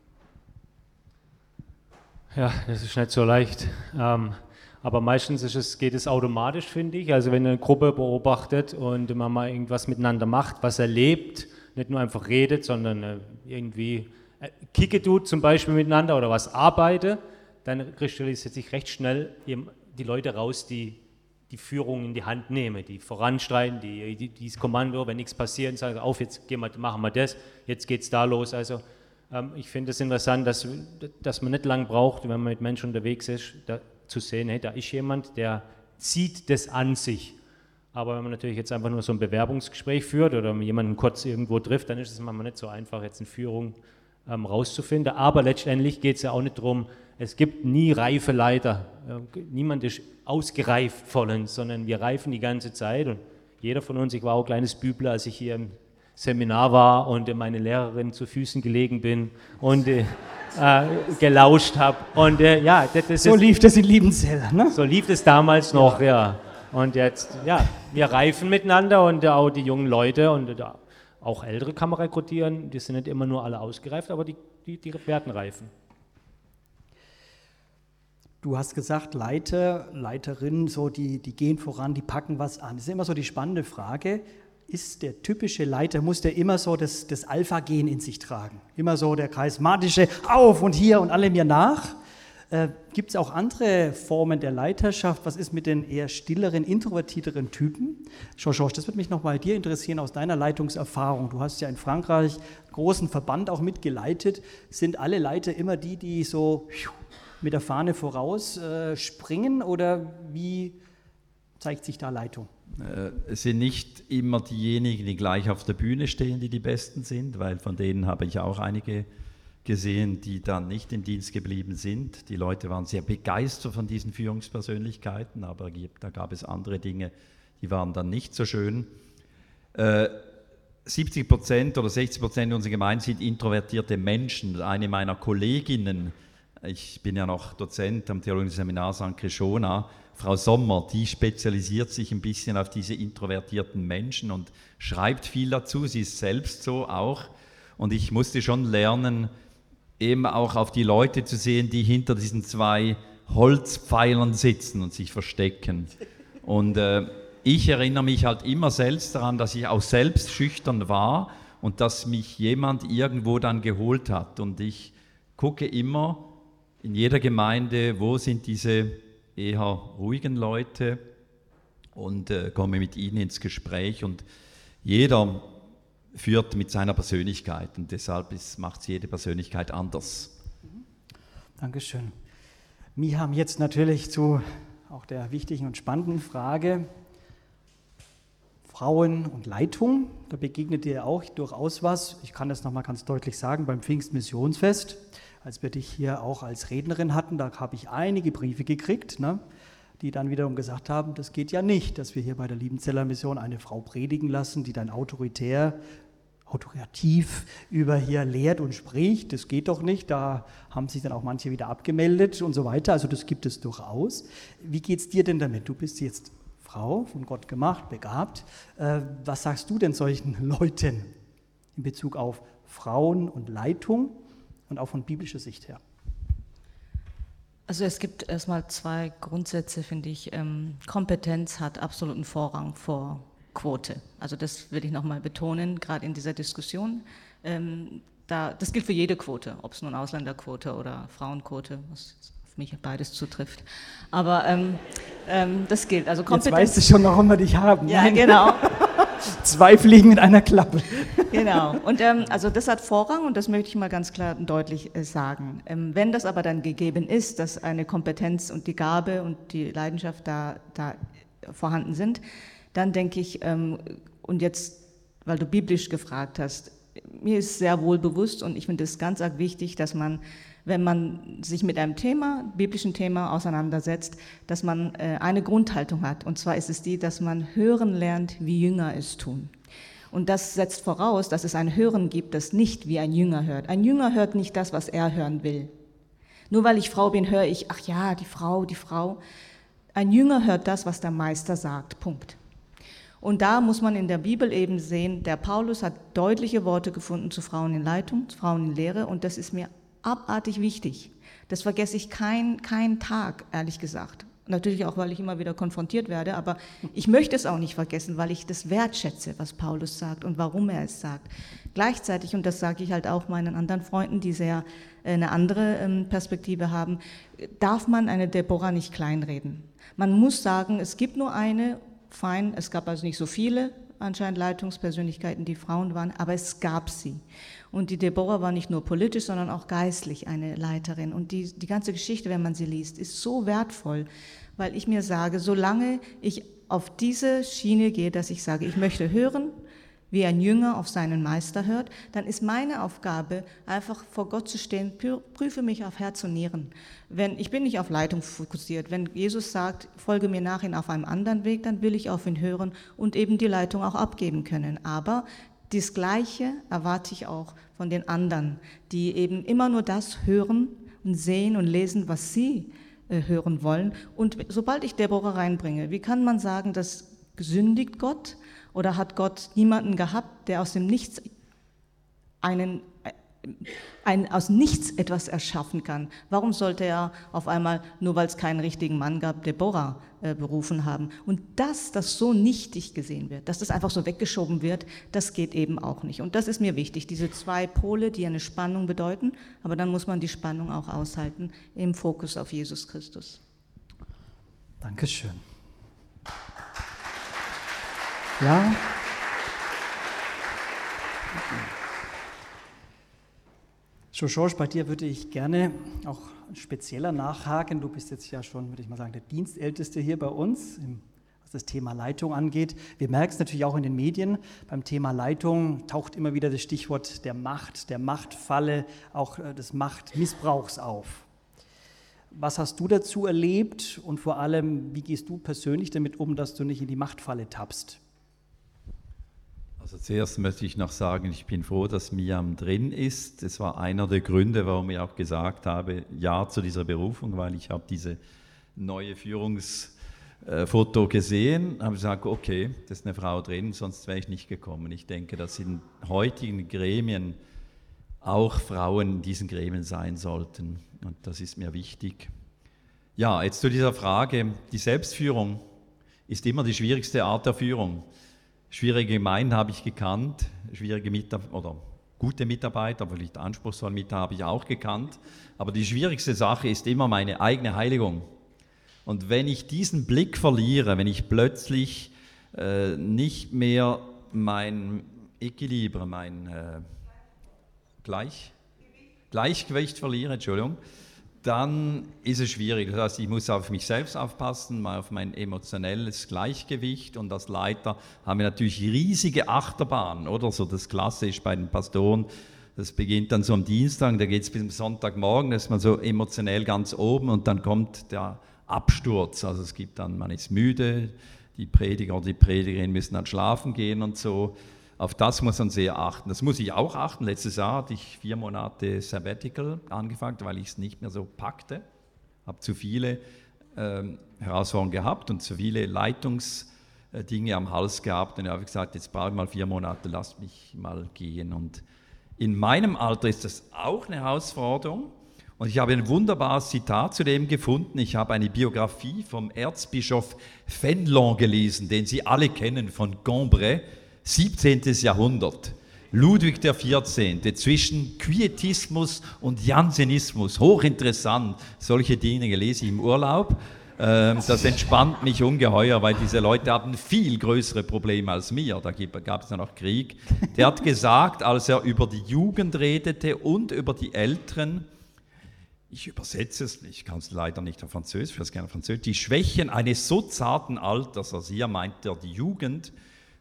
Ja, das ist nicht so leicht. Ähm, aber meistens ist es, geht es automatisch, finde ich. Also wenn eine Gruppe beobachtet und man mal irgendwas miteinander macht, was erlebt, nicht nur einfach redet, sondern äh, irgendwie äh, kicke tut zum Beispiel miteinander oder was arbeite, dann kristallisiert sich recht schnell die Leute raus, die die Führung in die Hand nehmen, die voranstreiten, die, die, dieses Kommando, wenn nichts passiert, sagen, auf, jetzt gehen wir, machen wir das, jetzt geht es da los. Also ähm, ich finde es interessant, dass, dass man nicht lange braucht, wenn man mit Menschen unterwegs ist, da, zu sehen, hey, da ist jemand, der zieht das an sich. Aber wenn man natürlich jetzt einfach nur so ein Bewerbungsgespräch führt oder jemanden kurz irgendwo trifft, dann ist es manchmal nicht so einfach, jetzt eine Führung ähm, rauszufinden. Aber letztendlich geht es ja auch nicht darum, es gibt nie reife Leiter. Niemand ist ausgereift vollends, sondern wir reifen die ganze Zeit. Und jeder von uns, ich war auch ein kleines Bübler, als ich hier im Seminar war und meine Lehrerin zu Füßen gelegen bin und äh, gelauscht habe. Und äh, ja, das, das so ist, lief das in Liebenzell, ne? So lief es damals noch, ja. ja. Und jetzt, ja, wir reifen miteinander und auch die jungen Leute und auch Ältere kann man rekrutieren. Die sind nicht immer nur alle ausgereift, aber die, die, die werden reifen. Du hast gesagt, Leiter, Leiterinnen, so die, die gehen voran, die packen was an. Das ist immer so die spannende Frage. ist der typische Leiter, muss der immer so das, das Alpha-Gen in sich tragen. Immer so der charismatische, auf und hier und alle mir nach. Äh, Gibt es auch andere Formen der Leiterschaft? Was ist mit den eher stilleren, introvertierteren Typen? Georges, das würde mich noch bei dir interessieren aus deiner Leitungserfahrung. Du hast ja in Frankreich einen großen Verband auch mitgeleitet. Sind alle Leiter immer die, die so mit der Fahne voraus äh, springen oder wie zeigt sich da Leitung? Es sind nicht immer diejenigen, die gleich auf der Bühne stehen, die die Besten sind, weil von denen habe ich auch einige gesehen, die dann nicht im Dienst geblieben sind. Die Leute waren sehr begeistert von diesen Führungspersönlichkeiten, aber da gab es andere Dinge, die waren dann nicht so schön. Äh, siebzig Prozent oder sechzig Prozent unserer Gemeinde sind introvertierte Menschen. Eine meiner Kolleginnen, ich bin ja noch Dozent am Theologischen Seminar Sankt Krishona, Frau Sommer, die spezialisiert sich ein bisschen auf diese introvertierten Menschen und schreibt viel dazu, sie ist selbst so auch. Und ich musste schon lernen, eben auch auf die Leute zu sehen, die hinter diesen zwei Holzpfeilern sitzen und sich verstecken. Und äh, ich erinnere mich halt immer selbst daran, dass ich auch selbst schüchtern war und dass mich jemand irgendwo dann geholt hat. Und ich gucke immer in jeder Gemeinde, wo sind diese eher ruhigen Leute und äh, komme mit ihnen ins Gespräch. Und jeder führt mit seiner Persönlichkeit und deshalb macht es jede Persönlichkeit anders. Dankeschön. Wir haben jetzt natürlich zu auch der wichtigen und spannenden Frage Frauen und Leitung. Da begegnet dir auch durchaus was. Ich kann das nochmal ganz deutlich sagen, beim Pfingstmissionsfest, als wir dich hier auch als Rednerin hatten, da habe ich einige Briefe gekriegt, ne, die dann wiederum gesagt haben, das geht ja nicht, dass wir hier bei der Liebenzeller Mission eine Frau predigen lassen, die dann autoritär, autoritativ über hier lehrt und spricht. Das geht doch nicht, da haben sich dann auch manche wieder abgemeldet und so weiter. Also das gibt es durchaus. Wie geht es dir denn damit? Du bist jetzt Frau, von Gott gemacht, begabt. Äh, was sagst du denn solchen Leuten in Bezug auf Frauen und Leitung und auch von biblischer Sicht her? Also es gibt erstmal zwei Grundsätze, finde ich. Ähm, Kompetenz hat absoluten Vorrang vor Quote. Also das will ich nochmal betonen, gerade in dieser Diskussion. Ähm, da, das gilt für jede Quote, ob es nun Ausländerquote oder Frauenquote, was auf mich beides zutrifft. Aber ähm, ähm, das gilt. Also Kompetenz. Jetzt weißt du schon, warum wir dich haben. Ja, Nein. genau. Zwei Fliegen mit einer Klappe. Genau. Und ähm, also das hat Vorrang und das möchte ich mal ganz klar und deutlich äh, sagen. Ähm, wenn das aber dann gegeben ist, dass eine Kompetenz und die Gabe und die Leidenschaft da, da vorhanden sind, dann denke ich, ähm, und jetzt, weil du biblisch gefragt hast, mir ist sehr wohl bewusst und ich finde es ganz arg wichtig, dass man, wenn man sich mit einem Thema, biblischen Thema auseinandersetzt, dass man äh, eine Grundhaltung hat. Und zwar ist es die, dass man hören lernt, wie Jünger es tun. Und das setzt voraus, dass es ein Hören gibt, das nicht wie ein Jünger hört. Ein Jünger hört nicht das, was er hören will. Nur weil ich Frau bin, höre ich, ach ja, die Frau, die Frau. Ein Jünger hört das, was der Meister sagt. Punkt. Und da muss man in der Bibel eben sehen, der Paulus hat deutliche Worte gefunden zu Frauen in Leitung, zu Frauen in Lehre und das ist mir abartig wichtig. Das vergesse ich keinen kein Tag, ehrlich gesagt. Natürlich auch, weil ich immer wieder konfrontiert werde, aber ich möchte es auch nicht vergessen, weil ich das wertschätze, was Paulus sagt und warum er es sagt. Gleichzeitig, und das sage ich halt auch meinen anderen Freunden, die sehr eine andere Perspektive haben, darf man eine Deborah nicht kleinreden. Man muss sagen, es gibt nur eine, fein, es gab also nicht so viele anscheinend Leitungspersönlichkeiten, die Frauen waren, aber es gab sie. Und die Deborah war nicht nur politisch, sondern auch geistlich eine Leiterin. Und die, die ganze Geschichte, wenn man sie liest, ist so wertvoll, weil ich mir sage, solange ich auf diese Schiene gehe, dass ich sage, ich möchte hören, wie ein Jünger auf seinen Meister hört, dann ist meine Aufgabe, einfach vor Gott zu stehen, prüfe mich auf Herz und Nieren. Wenn, ich bin nicht auf Leitung fokussiert. Wenn Jesus sagt, folge mir nachher auf einem anderen Weg, dann will ich auf ihn hören und eben die Leitung auch abgeben können. Aber das Gleiche erwarte ich auch von den anderen, die eben immer nur das hören und sehen und lesen, was sie äh, hören wollen. Und sobald ich Deborah reinbringe, wie kann man sagen, das gesündigt Gott? Oder hat Gott niemanden gehabt, der aus dem Nichts einen ein, aus nichts etwas erschaffen kann. Warum sollte er auf einmal, nur weil es keinen richtigen Mann gab, Deborah äh, berufen haben? Und dass das so nichtig gesehen wird, dass das einfach so weggeschoben wird, das geht eben auch nicht. Und das ist mir wichtig, diese zwei Pole, die eine Spannung bedeuten, aber dann muss man die Spannung auch aushalten im Fokus auf Jesus Christus. Dankeschön. Ja. So, George, bei dir würde ich gerne auch spezieller nachhaken. Du bist jetzt ja schon, würde ich mal sagen, der Dienstälteste hier bei uns, was das Thema Leitung angeht. Wir merken es natürlich auch in den Medien. Beim Thema Leitung taucht immer wieder das Stichwort der Macht, der Machtfalle, auch des Machtmissbrauchs auf. Was hast du dazu erlebt und vor allem, wie gehst du persönlich damit um, dass du nicht in die Machtfalle tappst? Also zuerst möchte ich noch sagen, ich bin froh, dass Miriam drin ist. Das war einer der Gründe, warum ich auch gesagt habe, ja zu dieser Berufung, weil ich habe diese neue Führungsfoto gesehen, habe gesagt, okay, das ist eine Frau drin, sonst wäre ich nicht gekommen. Ich denke, dass in heutigen Gremien auch Frauen in diesen Gremien sein sollten und das ist mir wichtig. Ja, jetzt zu dieser Frage, die Selbstführung ist immer die schwierigste Art der Führung. Schwierige Gemeinden habe ich gekannt, schwierige Mitarbeiter oder gute Mitarbeiter, vielleicht anspruchsvolle Mitarbeiter habe ich auch gekannt. Aber die schwierigste Sache ist immer meine eigene Heiligung. Und wenn ich diesen Blick verliere, wenn ich plötzlich äh, nicht mehr mein Equilibre, mein äh, Gleich, Gleichgewicht verliere, Entschuldigung, dann ist es schwierig. Das heißt, ich muss auf mich selbst aufpassen, mal auf mein emotionelles Gleichgewicht und als Leiter haben wir natürlich riesige Achterbahnen, oder? So das klassisch bei den Pastoren, das beginnt dann so am Dienstag, da geht es bis zum Sonntagmorgen, da ist man so emotionell ganz oben und dann kommt der Absturz. Also es gibt dann, man ist müde, die Prediger oder die Predigerin müssen dann schlafen gehen und so. Auf das muss man sehr achten. Das muss ich auch achten. Letztes Jahr hatte ich vier Monate Sabbatical angefangen, weil ich es nicht mehr so packte. Habe zu viele ähm, Herausforderungen gehabt und zu viele Leitungsdinge am Hals gehabt. Und ich habe gesagt, jetzt brauche ich mal vier Monate, lasst mich mal gehen. Und in meinem Alter ist das auch eine Herausforderung. Und ich habe ein wunderbares Zitat zu dem gefunden. Ich habe eine Biografie vom Erzbischof Fénelon gelesen, den Sie alle kennen, von Cambrai, siebzehnten. Jahrhundert, Ludwig der vierzehnte. zwischen Quietismus und Jansenismus, hochinteressant, solche Dinge lese ich im Urlaub, das entspannt mich ungeheuer, weil diese Leute hatten viel größere Probleme als mir, da gab es ja noch Krieg. Der hat gesagt, als er über die Jugend redete und über die Älteren, ich übersetze es, ich kann es leider nicht auf Französisch, ich weiß gerne Französisch, die Schwächen eines so zarten Alters, also hier meint er die Jugend,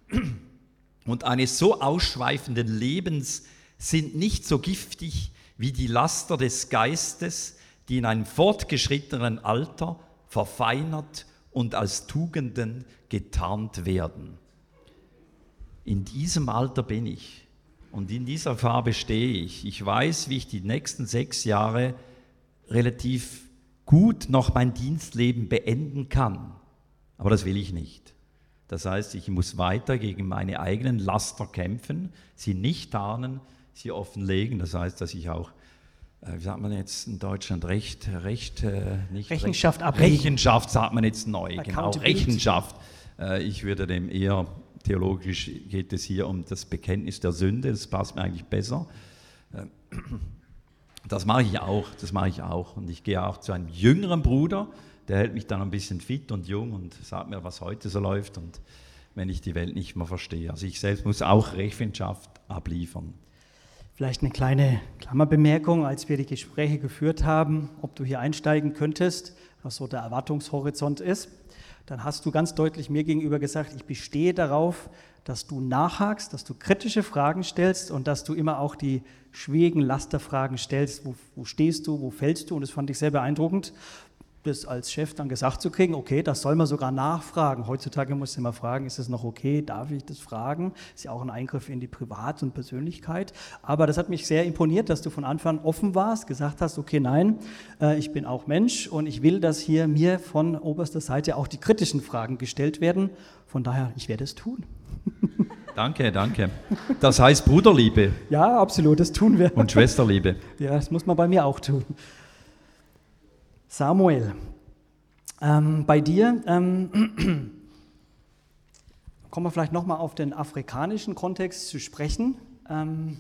und eines so ausschweifenden Lebens sind nicht so giftig wie die Laster des Geistes, die in einem fortgeschrittenen Alter verfeinert und als Tugenden getarnt werden. In diesem Alter bin ich und in dieser Farbe stehe ich. Ich weiß, wie ich die nächsten sechs Jahre relativ gut noch mein Dienstleben beenden kann, aber das will ich nicht. Das heißt, ich muss weiter gegen meine eigenen Laster kämpfen, sie nicht tarnen, sie offenlegen. Das heißt, dass ich auch, äh, wie sagt man jetzt in Deutschland, Recht, Recht, äh, nicht Rechenschaft Recht, ablegen. Rechenschaft sagt man jetzt neu, genau, Rechenschaft. Äh, ich würde dem eher, theologisch geht es hier um das Bekenntnis der Sünde, das passt mir eigentlich besser. Äh, das mache ich auch, das mache ich auch. Und ich gehe auch zu einem jüngeren Bruder, der hält mich dann ein bisschen fit und jung und sagt mir, was heute so läuft und wenn ich die Welt nicht mehr verstehe. Also ich selbst muss auch Rechenschaft abliefern. Vielleicht eine kleine Klammerbemerkung, als wir die Gespräche geführt haben, ob du hier einsteigen könntest, was so der Erwartungshorizont ist. Dann hast du ganz deutlich mir gegenüber gesagt, ich bestehe darauf, dass du nachhakst, dass du kritische Fragen stellst und dass du immer auch die schwierigen Lasterfragen stellst. Wo, wo stehst du, wo fällst du? Und das fand ich sehr beeindruckend, das als Chef dann gesagt zu kriegen, okay, das soll man sogar nachfragen. Heutzutage muss man immer fragen, ist es noch okay, darf ich das fragen? Ist ja auch ein Eingriff in die Privat- und Persönlichkeit. Aber das hat mich sehr imponiert, dass du von Anfang an offen warst, gesagt hast, okay, nein, äh, ich bin auch Mensch und ich will, dass hier mir von oberster Seite auch die kritischen Fragen gestellt werden. Von daher, ich werde es tun. Danke, danke. Das heißt Bruderliebe. Ja, absolut, das tun wir. Und Schwesterliebe. Ja, das muss man bei mir auch tun. Samuel, ähm, bei dir ähm, kommen wir vielleicht nochmal auf den afrikanischen Kontext zu sprechen. Ähm,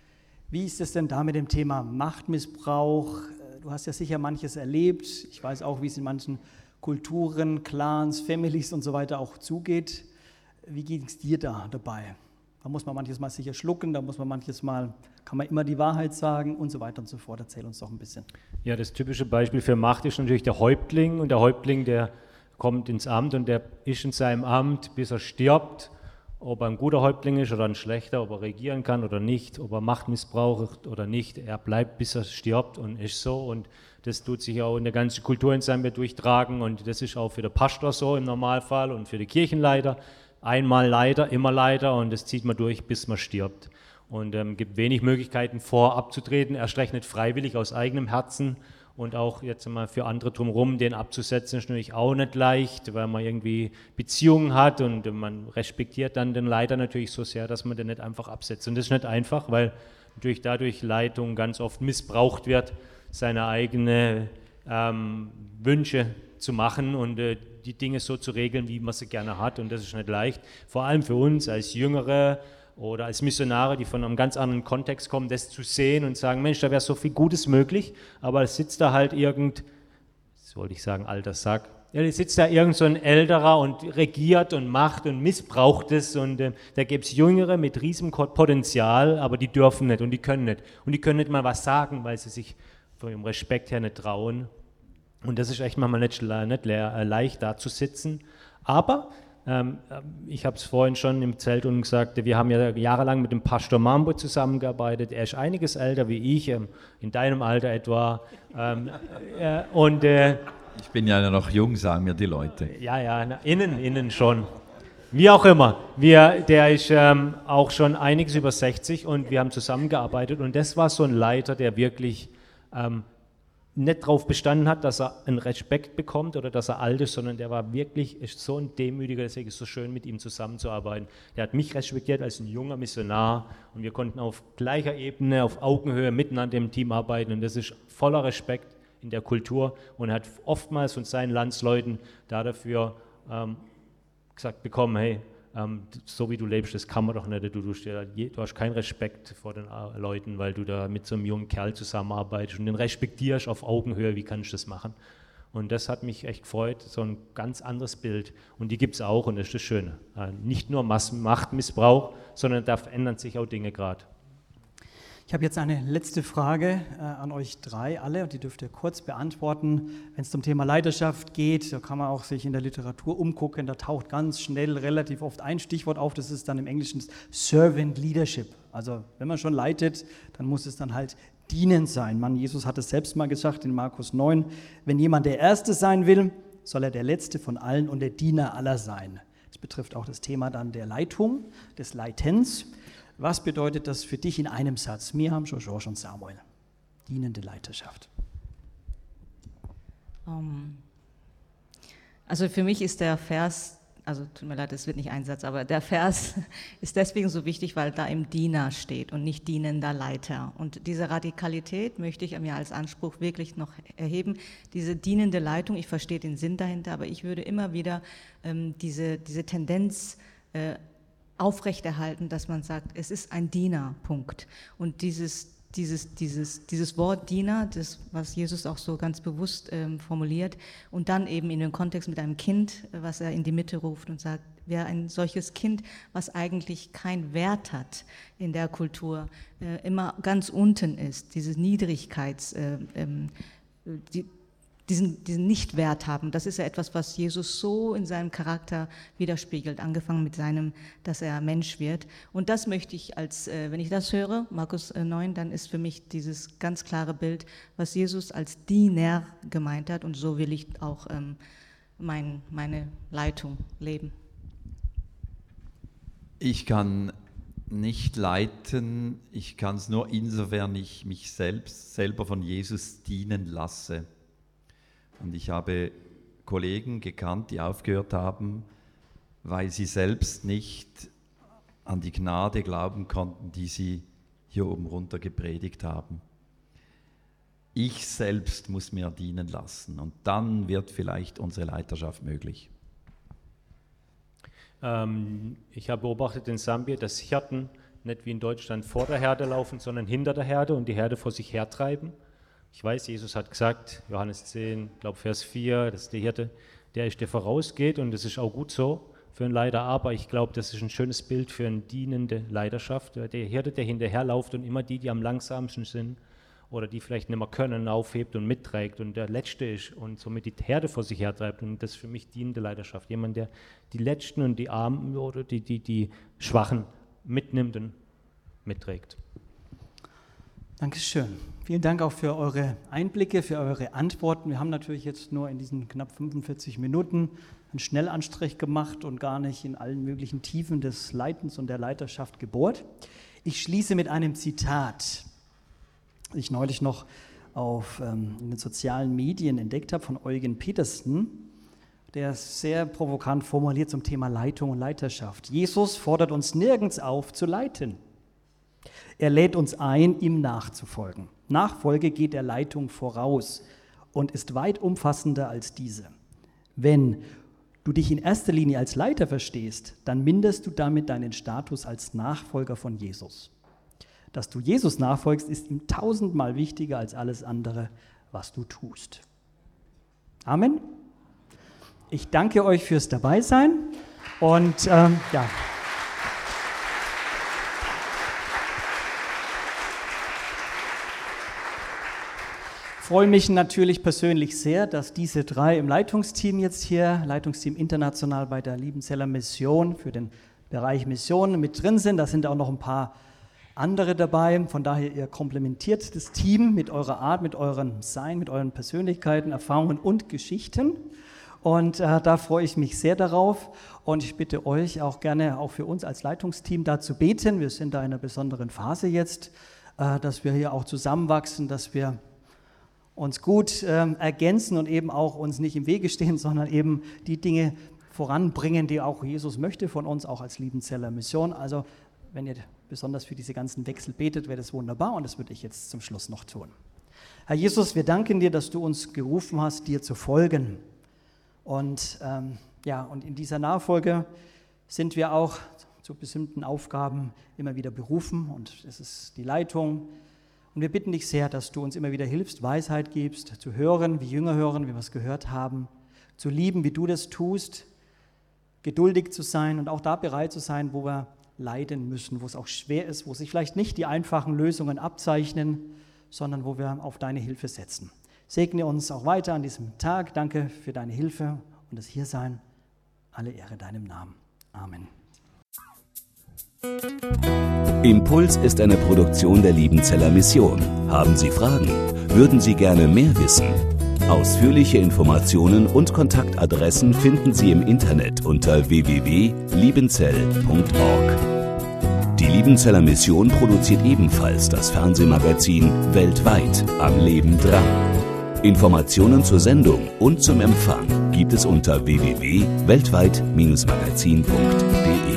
wie ist es denn da mit dem Thema Machtmissbrauch? Du hast ja sicher manches erlebt. Ich weiß auch, wie es in manchen Kulturen, Clans, Families und so weiter auch zugeht. Wie ging es dir da dabei? Da muss man manches Mal sicher schlucken, da muss man manches Mal, kann man immer die Wahrheit sagen und so weiter und so fort. Erzähl uns doch ein bisschen. Ja, das typische Beispiel für Macht ist natürlich der Häuptling. Und der Häuptling, der kommt ins Amt und der ist in seinem Amt, bis er stirbt. Ob er ein guter Häuptling ist oder ein schlechter, ob er regieren kann oder nicht, ob er Macht missbraucht oder nicht, er bleibt, bis er stirbt und ist so. Und das tut sich auch in der ganzen Kultur in seinem durchtragen und das ist auch für den Pastor so im Normalfall und für die Kirchenleiter. Einmal Leiter, immer Leiter und das zieht man durch, bis man stirbt. Und es ähm, gibt wenig Möglichkeiten vor abzutreten, erst recht nicht freiwillig aus eigenem Herzen. Und auch jetzt mal für andere drumherum, den abzusetzen, ist natürlich auch nicht leicht, weil man irgendwie Beziehungen hat und man respektiert dann den Leiter natürlich so sehr, dass man den nicht einfach absetzt. Und das ist nicht einfach, weil natürlich dadurch Leitung ganz oft missbraucht wird, seine eigenen ähm, Wünsche zu machen und äh, die Dinge so zu regeln, wie man sie gerne hat. Und das ist nicht leicht, vor allem für uns als Jüngere oder als Missionare, die von einem ganz anderen Kontext kommen, das zu sehen und sagen, Mensch, da wäre so viel Gutes möglich, aber es sitzt da halt irgend, was wollte ich sagen, alter Sack, ja, da sitzt da irgend so ein Älterer und regiert und macht und missbraucht es und äh, da gibt es Jüngere mit riesigem Potenzial, aber die dürfen nicht und die können nicht. Und die können nicht mal was sagen, weil sie sich von ihrem Respekt her nicht trauen. Und das ist echt manchmal nicht, nicht leicht, da zu sitzen. Aber ähm, ich habe es vorhin schon im Zelt unten gesagt, wir haben ja jahrelang mit dem Pastor Mambo zusammengearbeitet. Er ist einiges älter wie ich, ähm, in deinem Alter etwa. Ähm, äh, und, äh, ich bin ja noch jung, sagen mir die Leute. Ja, ja, na, innen, innen schon. Wie auch immer. Wir, der ist ähm, auch schon einiges über sechzig und wir haben zusammengearbeitet. Und das war so ein Leiter, der wirklich Ähm, nicht darauf bestanden hat, dass er einen Respekt bekommt oder dass er alt ist, sondern der war wirklich ist so ein Demütiger, deswegen ist es so schön, mit ihm zusammenzuarbeiten. Der hat mich respektiert als ein junger Missionar und wir konnten auf gleicher Ebene, auf Augenhöhe miteinander im Team arbeiten und das ist voller Respekt in der Kultur und er hat oftmals von seinen Landsleuten da dafür ähm, gesagt bekommen, hey, Ähm, so wie du lebst, das kann man doch nicht, du, du, du hast keinen Respekt vor den Leuten, weil du da mit so einem jungen Kerl zusammenarbeitest und den respektierst auf Augenhöhe, wie kannst du das machen? Und das hat mich echt gefreut, so ein ganz anderes Bild und die gibt es auch und das ist das Schöne. Nicht nur Machtmissbrauch, sondern da verändern sich auch Dinge gerade. Ich habe jetzt eine letzte Frage äh, an euch drei alle und die dürft ihr kurz beantworten. Wenn es zum Thema Leiterschaft geht, da kann man auch sich in der Literatur umgucken, da taucht ganz schnell relativ oft ein Stichwort auf, das ist dann im Englischen Servant Leadership. Also wenn man schon leitet, dann muss es dann halt dienend sein. Mann, Jesus hat es selbst mal gesagt in Markus neun, wenn jemand der Erste sein will, soll er der Letzte von allen und der Diener aller sein. Das betrifft auch das Thema dann der Leitung, des Leitens. Was bedeutet das für dich in einem Satz? Miriam, Jojo und Samuel. Dienende Leiterschaft. Um, also für mich ist der Vers, also tut mir leid, es wird nicht ein Satz, aber der Vers ist deswegen so wichtig, weil da im Diener steht und nicht dienender Leiter. Und diese Radikalität möchte ich mir als Anspruch wirklich noch erheben. Diese dienende Leitung, ich verstehe den Sinn dahinter, aber ich würde immer wieder ähm, diese, diese Tendenz äh, aufrechterhalten, dass man sagt, es ist ein Diener, Punkt. Und dieses, dieses, dieses, dieses Wort Diener, das, was Jesus auch so ganz bewusst ähm, formuliert, und dann eben in den Kontext mit einem Kind, was er in die Mitte ruft und sagt, wer ein solches Kind, was eigentlich keinen Wert hat in der Kultur, äh, immer ganz unten ist, diese Niedrigkeits, äh, ähm, die, diesen, diesen Nichtwert haben. Das ist ja etwas, was Jesus so in seinem Charakter widerspiegelt, angefangen mit seinem, dass er Mensch wird. Und das möchte ich als, äh, wenn ich das höre, Markus neun, dann ist für mich dieses ganz klare Bild, was Jesus als Diener gemeint hat. Und so will ich auch ähm, mein, meine Leitung leben. Ich kann nicht leiten, ich kann es nur insofern ich mich selbst selber von Jesus dienen lasse. Und ich habe Kollegen gekannt, die aufgehört haben, weil sie selbst nicht an die Gnade glauben konnten, die sie hier oben runter gepredigt haben. Ich selbst muss mir dienen lassen und dann wird vielleicht unsere Leiterschaft möglich. Ähm, ich habe beobachtet in Sambia, dass Hirten nicht wie in Deutschland vor der Herde laufen, sondern hinter der Herde und die Herde vor sich hertreiben. Ich weiß, Jesus hat gesagt, Johannes zehn, ich glaube Vers vier, dass der Hirte der ist, der vorausgeht, und das ist auch gut so für einen Leiter, aber ich glaube, das ist ein schönes Bild für eine dienende Leiterschaft. Der Hirte, der hinterherläuft und immer die, die am langsamsten sind oder die vielleicht nicht mehr können, aufhebt und mitträgt und der Letzte ist und somit die Herde vor sich hertreibt, und das ist für mich dienende Leiterschaft. Jemand, der die Letzten und die Armen oder die, die, die Schwachen mitnimmt und mitträgt. Dankeschön. Vielen Dank auch für eure Einblicke, für eure Antworten. Wir haben natürlich jetzt nur in diesen knapp fünfundvierzig Minuten einen Schnellanstrich gemacht und gar nicht in allen möglichen Tiefen des Leitens und der Leiterschaft gebohrt. Ich schließe mit einem Zitat, das ich neulich noch auf, ähm, in den sozialen Medien entdeckt habe, von Eugen Petersen, der ist sehr provokant formuliert zum Thema Leitung und Leiterschaft. Jesus fordert uns nirgends auf zu leiten. Er lädt uns ein, ihm nachzufolgen. Nachfolge geht der Leitung voraus und ist weit umfassender als diese. Wenn du dich in erster Linie als Leiter verstehst, dann minderst du damit deinen Status als Nachfolger von Jesus. Dass du Jesus nachfolgst, ist ihm tausendmal wichtiger als alles andere, was du tust. Amen. Ich danke euch fürs Dabeisein und ähm, ja. Ich freue mich natürlich persönlich sehr, dass diese drei im Leitungsteam jetzt hier, Leitungsteam international bei der Liebenzeller Mission für den Bereich Mission mit drin sind. Da sind auch noch ein paar andere dabei. Von daher, ihr komplementiert das Team mit eurer Art, mit eurem Sein, mit euren Persönlichkeiten, Erfahrungen und Geschichten. Und äh, da freue ich mich sehr darauf. Und ich bitte euch auch gerne, auch für uns als Leitungsteam da zu beten. Wir sind da in einer besonderen Phase jetzt, äh, dass wir hier auch zusammenwachsen, dass wir uns gut ähm, ergänzen und eben auch uns nicht im Wege stehen, sondern eben die Dinge voranbringen, die auch Jesus möchte von uns, auch als Liebenzeller Mission. Also wenn ihr besonders für diese ganzen Wechsel betet, wäre das wunderbar, und das würde ich jetzt zum Schluss noch tun. Herr Jesus, wir danken dir, dass du uns gerufen hast, dir zu folgen. Und, ähm, ja, und in dieser Nachfolge sind wir auch zu bestimmten Aufgaben immer wieder berufen, und es ist die Leitung. Und wir bitten dich sehr, dass du uns immer wieder hilfst, Weisheit gibst, zu hören, wie Jünger hören, wie wir es gehört haben, zu lieben, wie du das tust, geduldig zu sein und auch da bereit zu sein, wo wir leiden müssen, wo es auch schwer ist, wo sich vielleicht nicht die einfachen Lösungen abzeichnen, sondern wo wir auf deine Hilfe setzen. Segne uns auch weiter an diesem Tag. Danke für deine Hilfe und das Hiersein. Alle Ehre deinem Namen. Amen. Impuls ist eine Produktion der Liebenzeller Mission. Haben Sie Fragen? Würden Sie gerne mehr wissen? Ausführliche Informationen und Kontaktadressen finden Sie im Internet unter w w w punkt liebenzell punkt org. Die Liebenzeller Mission produziert ebenfalls das Fernsehmagazin Weltweit am Leben dran. Informationen zur Sendung und zum Empfang gibt es unter w w w punkt weltweit Bindestrich magazin punkt de.